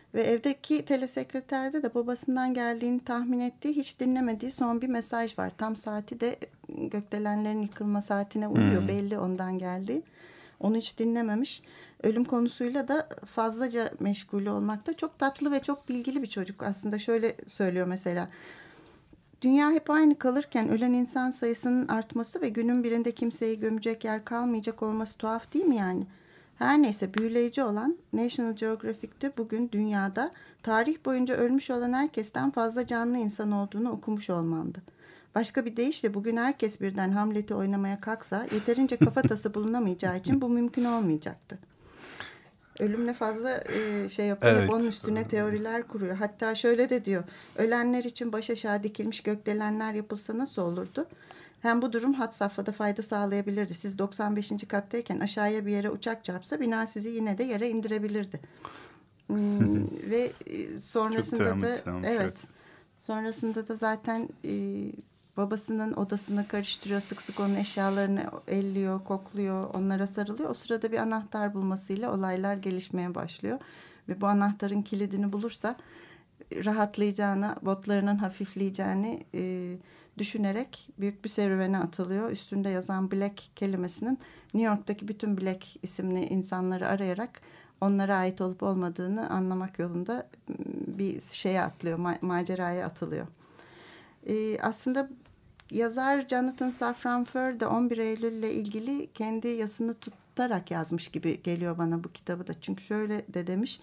Ve evdeki telesekreterde de babasından geldiğini tahmin ettiği, hiç dinlemediği son bir mesaj var. Tam saati de gökdelenlerin yıkılma saatine uyuyor. Belli ondan geldiği. Onu hiç dinlememiş. Ölüm konusuyla da fazlaca meşgul olmakta. Çok tatlı ve çok bilgili bir çocuk aslında. Şöyle söylüyor mesela. Dünya hep aynı kalırken ölen insan sayısının artması ve günün birinde kimseyi gömecek yer kalmayacak olması tuhaf değil mi yani? Her neyse, büyüleyici olan National Geographic'te bugün dünyada tarih boyunca ölmüş olan herkesten fazla canlı insan olduğunu okumuş olmamdı. Başka bir deyişle bugün herkes birden Hamlet'i oynamaya kalksa yeterince kafatası bulunamayacağı için bu mümkün olmayacaktı. Ölümle fazla şey yapıyor. Evet. Onun üstüne teoriler kuruyor. Hatta şöyle de diyor. Ölenler için baş aşağı dikilmiş gökdelenler yapılsa nasıl olurdu? Hem bu durum had safhada fayda sağlayabilirdi. Siz 95. kattayken aşağıya bir yere uçak çarpsa bina sizi yine de yere indirebilirdi. Ve sonrasında da evet. Sonrasında da zaten babasının odasını karıştırıyor. Sık sık onun eşyalarını elliyor, kokluyor, onlara sarılıyor. O sırada bir anahtar bulmasıyla olaylar gelişmeye başlıyor. Ve bu anahtarın kilidini bulursa rahatlayacağını, botlarının hafifleyeceğini düşünerek büyük bir serüvene atılıyor. Üstünde yazan Black kelimesinin New York'taki bütün Black isimli insanları arayarak onlara ait olup olmadığını anlamak yolunda bir şeye atlıyor, maceraya atılıyor. Aslında yazar Jonathan Safran Foer de 11 Eylül ile ilgili kendi yazısını tutarak yazmış gibi geliyor bana bu kitabı da. Çünkü şöyle de demiş,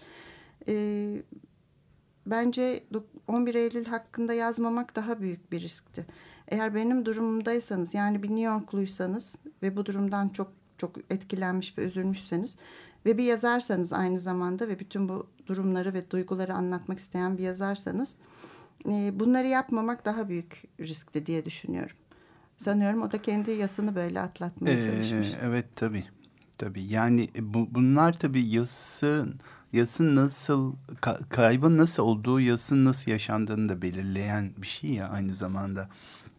bence 11 Eylül hakkında yazmamak daha büyük bir riskti. Eğer benim durumumdaysanız, yani bir New Yorkluysanız ve bu durumdan çok çok etkilenmiş ve üzülmüşseniz ve bir yazarsanız aynı zamanda ve bütün bu durumları ve duyguları anlatmak isteyen bir yazarsanız, bunları yapmamak daha büyük riskti diye düşünüyorum. Sanıyorum o da kendi yasını böyle atlatmaya çalışmış. Evet, tabii. Tabii yani bunlar tabii yasın nasıl, kaybın nasıl olduğu, yasın nasıl yaşandığını da belirleyen bir şey ya aynı zamanda.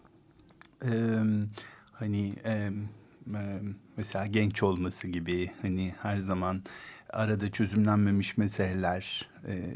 Hani mesela genç olması gibi, hani her zaman arada çözümlenmemiş meseleler,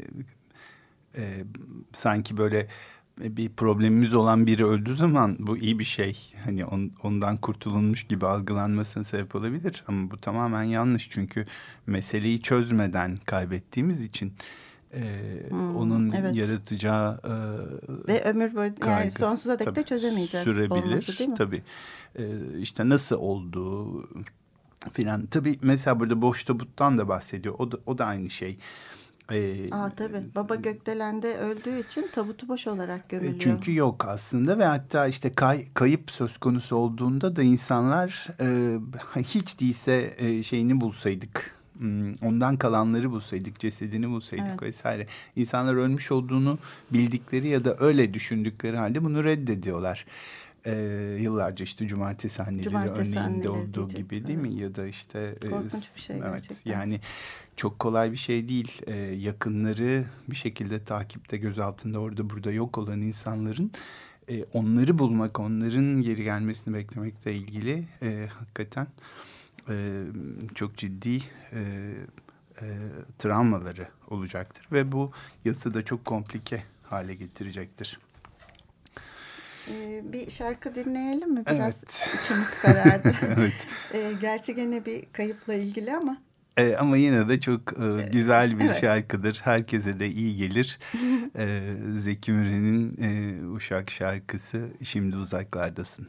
sanki böyle bir problemimiz olan biri öldüğü zaman bu iyi bir şey. Hani ondan kurtulunmuş gibi algılanmasına sebep olabilir. Ama bu tamamen yanlış. Çünkü meseleyi çözmeden kaybettiğimiz için onun evet. yaratacağı ve ömür boyu yani sonsuza dek de çözemeyeceğiz olması değil mi? Tabii. İşte nasıl olduğu filan. Tabii mesela burada Boş Tabut'tan da bahsediyor. O da aynı şey. Tabii. Baba gökdelende öldüğü için tabutu boş olarak gömülüyor. Çünkü yok aslında ve hatta işte kayıp söz konusu olduğunda da insanlar hiç değilse şeyini bulsaydık, ondan kalanları bulsaydık, cesedini bulsaydık vesaire. İnsanlar ölmüş olduğunu bildikleri ya da öyle düşündükleri halde bunu reddediyorlar. Yıllarca işte cumartesi anneleri örneğinde olduğu gibi değil mi? Ya da işte korkunç bir şey gerçekten. Yani çok kolay bir şey değil. Yakınları bir şekilde takipte, gözaltında, orada burada yok olan insanların onları bulmak, onların geri gelmesini beklemekle ilgili hakikaten çok ciddi travmaları olacaktır ve bu yası da çok komplike hale getirecektir. Bir şarkı dinleyelim mi? Biraz içimiz karardı. Evet. Gerçi gene bir kayıpla ilgili ama. Ama yine de çok güzel bir şarkıdır. Herkese de iyi gelir. Zeki Müren'in Uşak şarkısı Şimdi Uzaklardasın.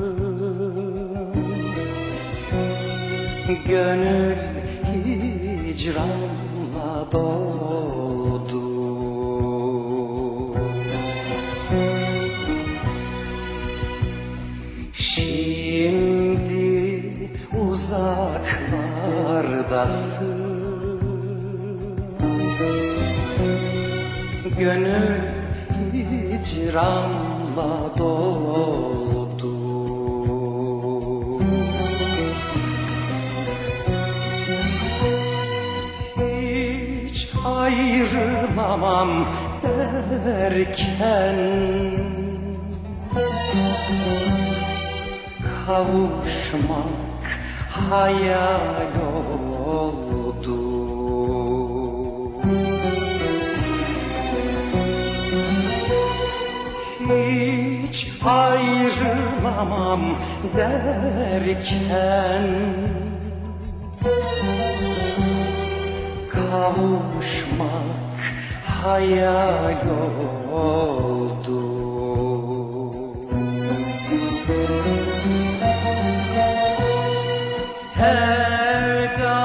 Gönül hicranla doğdu. Şimdi uzaklardasın, gönül hicranla doldu. Hiç ayrılamam derken kavuşmak hayal oldu. Hiç ayrılamam derken kavuşmak hayal oldu. Sevda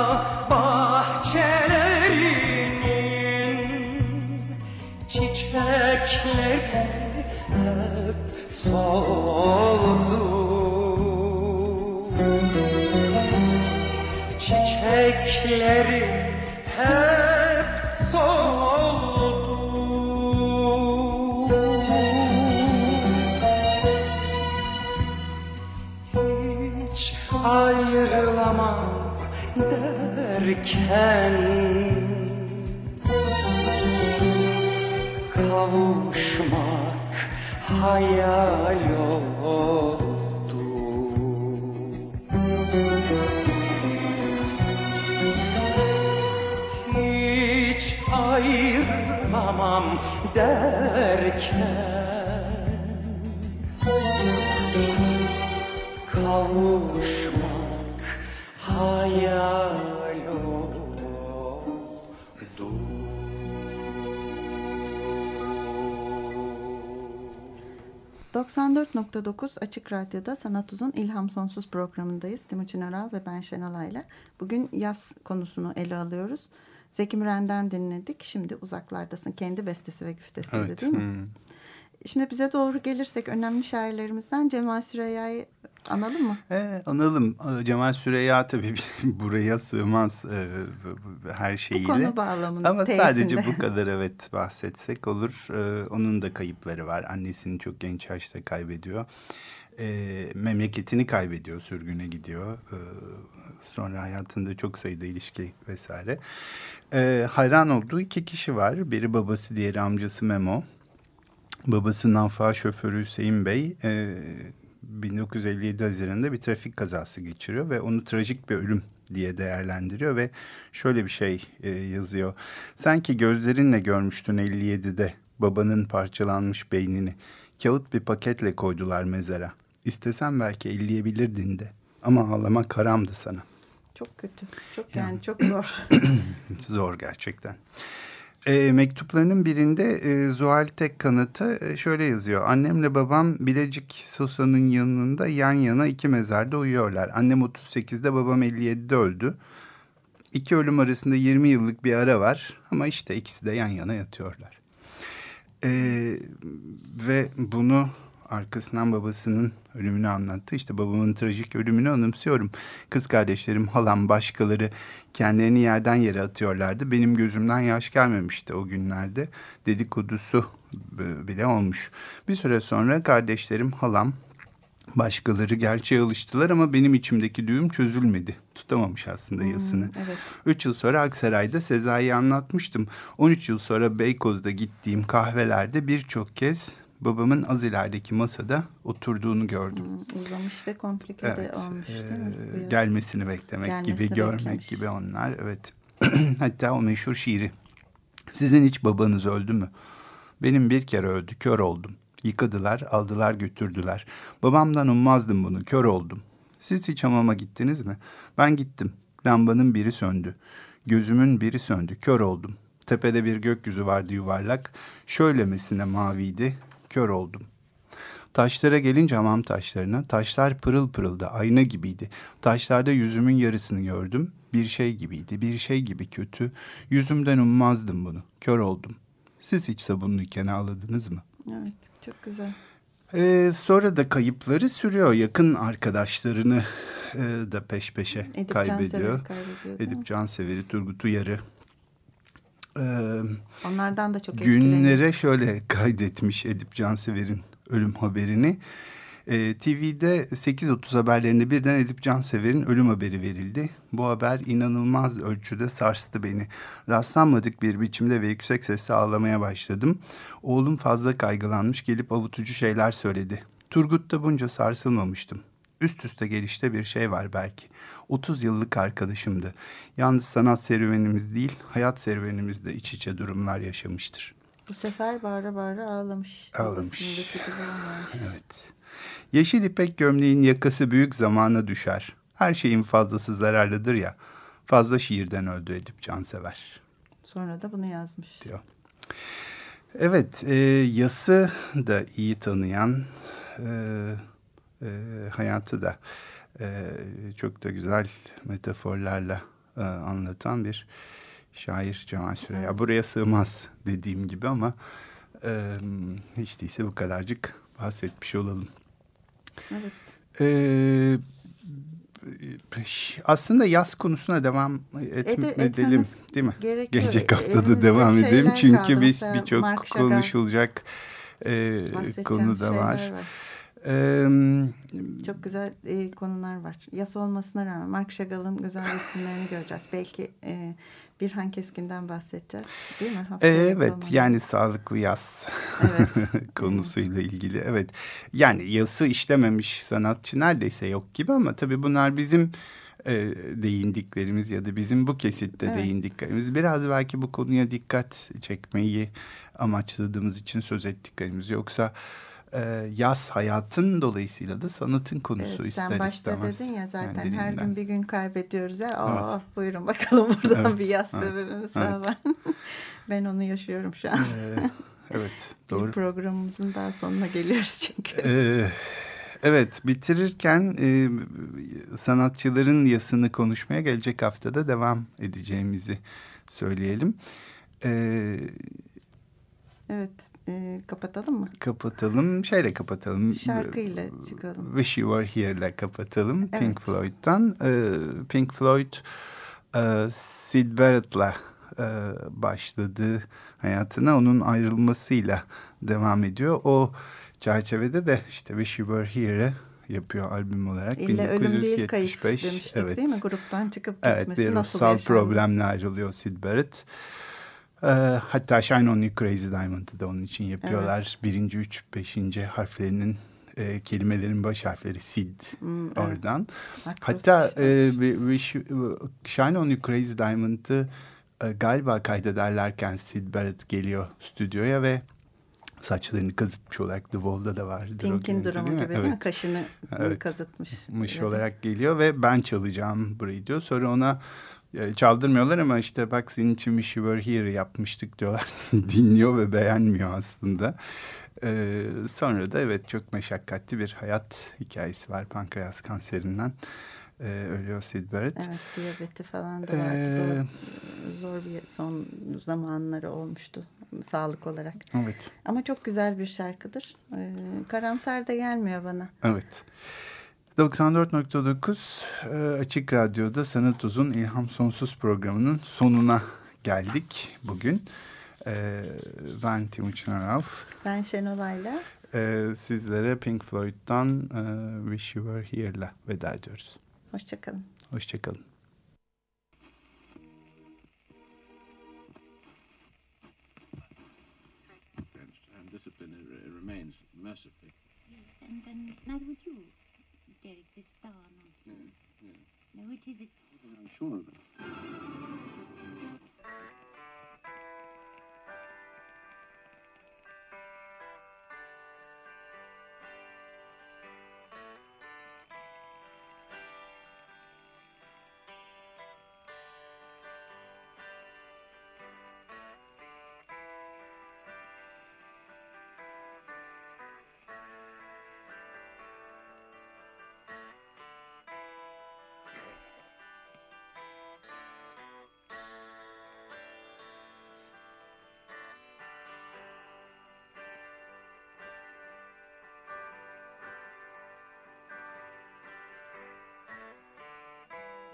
bahçelerinin çiçekleri hep soldu. Çiçekleri hep soldu. Hiç ayrılamam derken kavuşmak hayal oldu. Hiç ayrılamam derken kavuşmak hayal oldu. 94.9 Açık Radyo'da Sanat Uzun İlham Sonsuz programındayız. Timuçin Aral ve ben Şenol Ayla. Bugün yaz konusunu ele alıyoruz. Zeki Müren'den dinledik. Şimdi Uzaklardasın. Kendi bestesi ve güftesiydi, Evet. değil mi? Şimdi bize doğru gelirsek önemli şairlerimizden Cemal Süreyya'yı analım mı? Analım. Cemal Süreyya tabii buraya sığmaz her şeyiyle. Bu konu bağlamında. Ama teyitinde. sadece bu kadar evet bahsetsek olur. Onun da kayıpları var. Annesini çok genç yaşta kaybediyor. Memleketini kaybediyor, sürgüne gidiyor. Sonra hayatında çok sayıda ilişki vesaire. Hayran olduğu 2 kişi var. Biri babası, diğeri amcası Memo. Babası Nafa şoförü Hüseyin Bey 1957 Haziran'da bir trafik kazası geçiriyor ve onu trajik bir ölüm diye değerlendiriyor ve şöyle bir şey yazıyor. Sanki gözlerinle görmüştün 57'de babanın parçalanmış beynini. Kağıt bir paketle koydular mezara. İstesen belki elleyebilirdin de ama ağlamak haramdı sana. Çok kötü. Çok zor. Zor gerçekten. Mektuplarının birinde Zuhal Tekkanat'a şöyle yazıyor. Annemle babam Bilecik Sosa'nın yanında yan yana 2 mezarda uyuyorlar. Annem 38'de, babam 57'de öldü. 2 ölüm arasında 20 yıllık bir ara var ama işte ikisi de yan yana yatıyorlar. Ve bunu arkasından babasının ölümünü anlattı. İşte babamın trajik ölümünü anımsıyorum. Kız kardeşlerim, halam, başkaları kendilerini yerden yere atıyorlardı. Benim gözümden yaş gelmemişti o günlerde. Dedikodusu bile olmuş. Bir süre sonra kardeşlerim, halam, başkaları gerçeğe alıştılar ama benim içimdeki düğüm çözülmedi. Tutamamış aslında yasını. Evet. 3 yıl sonra Aksaray'da Sezai'yi anlatmıştım. 13 yıl sonra Beykoz'da gittiğim kahvelerde birçok kez babamın az ilerideki masada oturduğunu gördüm. Uzamış ve komplike de olmuş değil mi? Gelmesini beklemek gibi, görmek beklemiş gibi onlar. Evet. Hatta o meşhur şiiri. Sizin hiç babanız öldü mü? Benim bir kere öldü, kör oldum. Yıkadılar, aldılar, götürdüler. Babamdan ummazdım bunu, kör oldum. Siz hiç hamama gittiniz mi? Ben gittim. Lambanın biri söndü. Gözümün biri söndü, kör oldum. Tepede bir gökyüzü vardı yuvarlak. Şöylemesine maviydi, kör oldum. Taşlara gelince hamam taşlarına, taşlar pırıl pırıldı, ayna gibiydi. Taşlarda yüzümün yarısını gördüm. Bir şey gibiydi, bir şey gibi kötü. Yüzümden ummazdım bunu, kör oldum. Siz hiç sabunluyken ağladınız mı? Evet, çok güzel. Sonra da kayıpları sürüyor. Yakın arkadaşlarını da peş peşe Edip kaybediyor. Cansever'i kaybediyor, değil mi? Edip Cansever'i, Turgut Uyar'ı. Onlardan da çok etkileniyor. Günlere şöyle kaydetmiş Edip Cansever'in ölüm haberini. TV'de 8.30 haberlerinde birden Edip Cansever'in ölüm haberi verildi. Bu haber inanılmaz ölçüde sarstı beni. Rastlanmadık bir biçimde ve yüksek sesle ağlamaya başladım. Oğlum fazla kaygılanmış, gelip avutucu şeyler söyledi. Turgut'ta bunca sarsılmamıştım. Üst üste gelişte bir şey var belki. 30 yıllık arkadaşımdı. Yalnız sanat serüvenimiz değil, hayat serüvenimizde iç içe durumlar yaşamıştır. Bu sefer bağıra bağıra ağlamış. Ağlamış. Babasındaki gibi olmamış. Evet. Yeşil ipek gömleğin yakası büyük zamana düşer. Her şeyin fazlası zararlıdır ya. Fazla şiirden öldü Edip Cansever Sonra da bunu yazmış. diyor. Evet, yası da iyi tanıyan, hayatı da çok da güzel metaforlarla anlatan bir şair Cemal Süreya. Buraya sığmaz dediğim gibi ama hiç değilse bu kadarcık bahsetmiş olalım. Evet. Aslında yaz konusuna devam edelim, etmemiz değil mi? gerekiyor. Gelecek haftada Elimizde devam şeyler edelim çünkü kaldı. biz Mesela birçok Mark Chagall konuşulacak konu da var. şeyler var. Çok güzel konular var. Yas olmasına rağmen Mark Chagall'ın güzel resimlerini göreceğiz. Belki Birhan Keskin'den bahsedeceğiz. Değil mi? Evet, yani sağlıklı yas Evet. konusuyla ilgili. Evet, yani yası işlememiş sanatçı neredeyse yok gibi ama tabii bunlar bizim değindiklerimiz ya da bizim bu kesitte değindiklerimiz. Biraz belki bu konuya dikkat çekmeyi amaçladığımız için söz ettiklerimiz. Yoksa yaz hayatın dolayısıyla da sanatın konusu ister sen başta istemez. dedin ya zaten kendiliğinden. her gün bir gün kaybediyoruz ya. Evet. Buyurun bakalım buradan Evet, bir yaz evet, sebebimiz evet. var. Ben onu yaşıyorum şu an. Evet, Bir doğru. programımızın daha sonuna geliyoruz çünkü. Evet, bitirirken sanatçıların yasını konuşmaya gelecek haftada devam edeceğimizi söyleyelim. Evet, kapatalım mı? Kapatalım, şeyle kapatalım. Şarkıyla çıkalım. Wish You Were Here'le kapatalım. Evet. Pink Floyd'dan. Pink Floyd, Syd Barrett'la başladı hayatına. Onun ayrılmasıyla devam ediyor. O çerçevede de işte Wish You Were Here'e yapıyor albüm olarak. İlle ölüm değil kayıp 1975. demiştik Evet. değil mi? Gruptan çıkıp Evet, gitmesi bir nasıl ruhsal yaşandı? problemle ayrılıyor Syd Barrett. Hatta Shine On You Crazy Diamond'ı da onun için yapıyorlar. Evet. 1. 3. 5. harflerinin kelimelerin baş harfleri Sid oradan. Evet. Hatta Shine On You Crazy Diamond'ı galiba kaydederlerken Syd Barrett geliyor stüdyoya ve saçlarını kazıtmış olarak The Wall'da da vardır. Pink'in durumu gibi değil mi? Kaşını kazıtmış. Olarak geliyor ve ben çalacağım burayı diyor. Sonra ona çaldırmıyorlar ama işte bak senin için Wish You Were Here yapmıştık diyorlar. Dinliyor ve beğenmiyor aslında. Sonra da evet çok meşakkatli bir hayat hikayesi var. Pankreas kanserinden ölüyor Syd Barrett. Evet, diyabeti falan da vardı. Zor bir son zamanları olmuştu sağlık olarak. Evet. Ama çok güzel bir şarkıdır. Karamsar da gelmiyor bana. Evet. 94.9 Açık Radyo'da Sanat Uzun İlham Sonsuz programının sonuna geldik bugün. Ben Timuçin Araf. Ben Şenol Ayla. Sizlere Pink Floyd'dan Wish You Were Here'la veda ediyoruz. Hoşçakalın. Hoşçakalın. Discipline remains mercifully. Yes, and neither would you, Derek, this star nonsense. No, it isn't. I'm sure of it.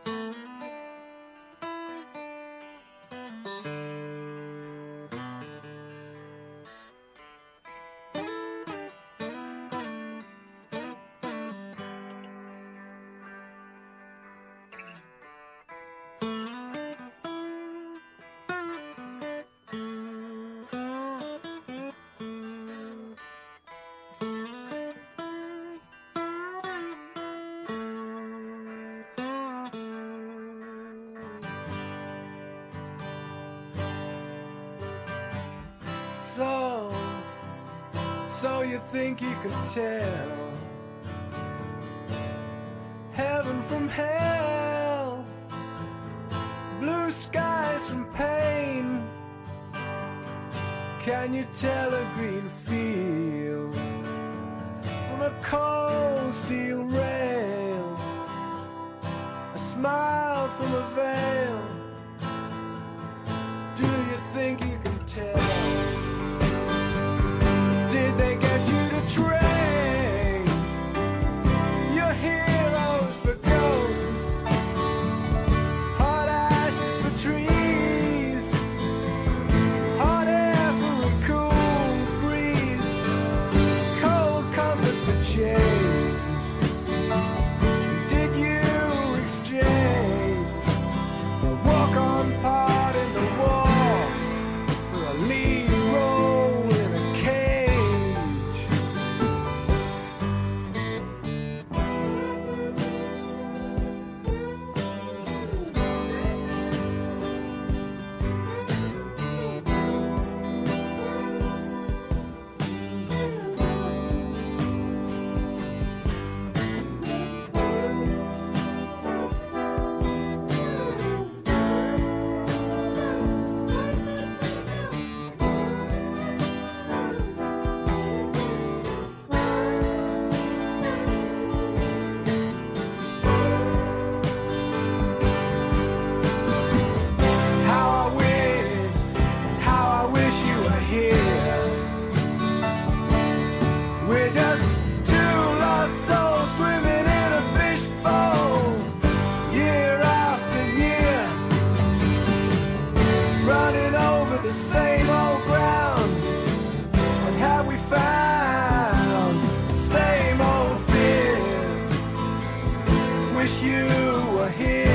So you think you could tell heaven from hell, blue skies from pain? Can you tell a green field from a cold steel rail, a smile from a veil? Do you think you can tell? Did they get you to train your heroes for ghosts, hot ashes for trees, hot air for a cool breeze, cold comfort for change? Did you exchange a walk-on part in the war for a lead role in a cage? How I wish you were here. We're just two lost souls swimming in a fishbowl, year after year, running over the same old ground. And have we found the same old fears? Wish you were here.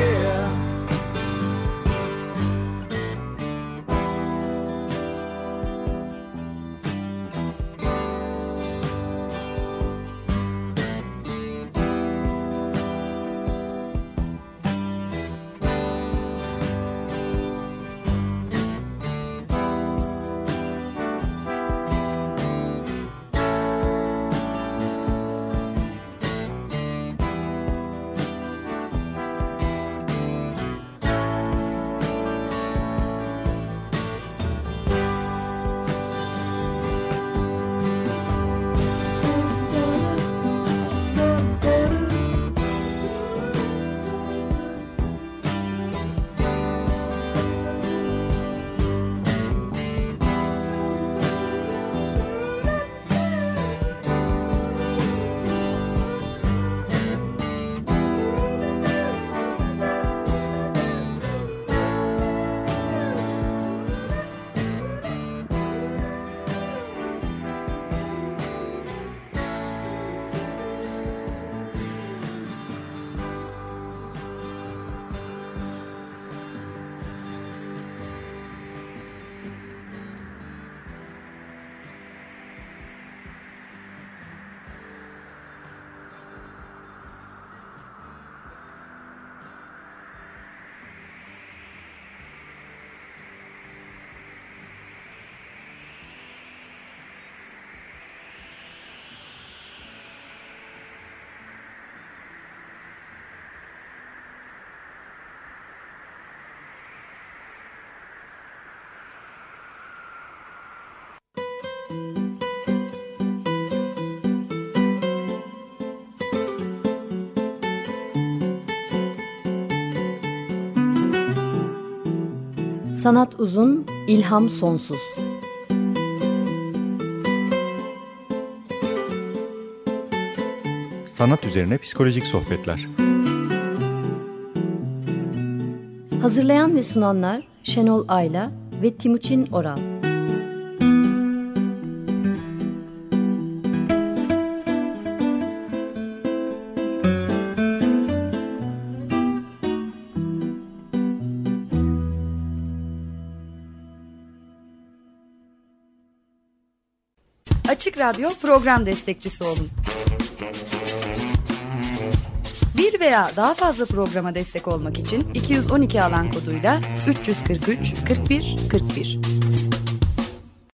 Sanat uzun, ilham sonsuz. Sanat üzerine psikolojik sohbetler. Hazırlayan ve sunanlar Şenol Ayla ve Timuçin Oral. Açık Radyo program destekçisi olun. Bir veya daha fazla programa destek olmak için 212 alan koduyla 343 41 41.